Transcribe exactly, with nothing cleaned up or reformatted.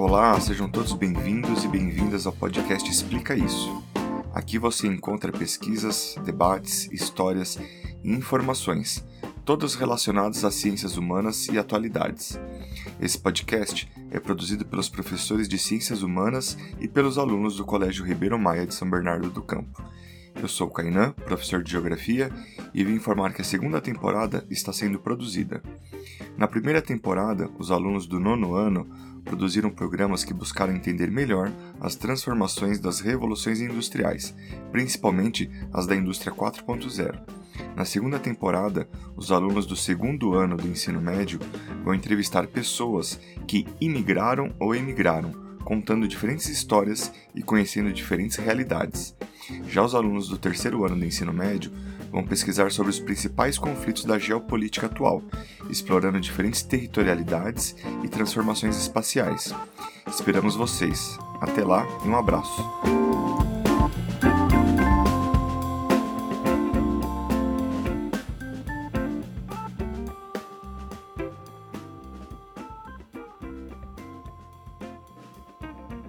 Olá, sejam todos bem-vindos e bem-vindas ao podcast Explica Isso. Aqui você encontra pesquisas, debates, histórias e informações, todas relacionadas às ciências humanas e atualidades. Esse podcast é produzido pelos professores de Ciências Humanas e pelos alunos do Colégio Ribeiro Maia de São Bernardo do Campo. Eu sou o Kainan, professor de Geografia, e vim informar que a segunda temporada está sendo produzida. Na primeira temporada, os alunos do nono ano produziram programas que buscaram entender melhor as transformações das revoluções industriais, principalmente as da indústria quatro ponto zero. Na segunda temporada, os alunos do segundo ano do ensino médio vão entrevistar pessoas que imigraram ou emigraram, contando diferentes histórias e conhecendo diferentes realidades. Já os alunos do terceiro ano do ensino médio vão pesquisar sobre os principais conflitos da geopolítica atual, explorando diferentes territorialidades e transformações espaciais. Esperamos vocês. Até lá e um abraço.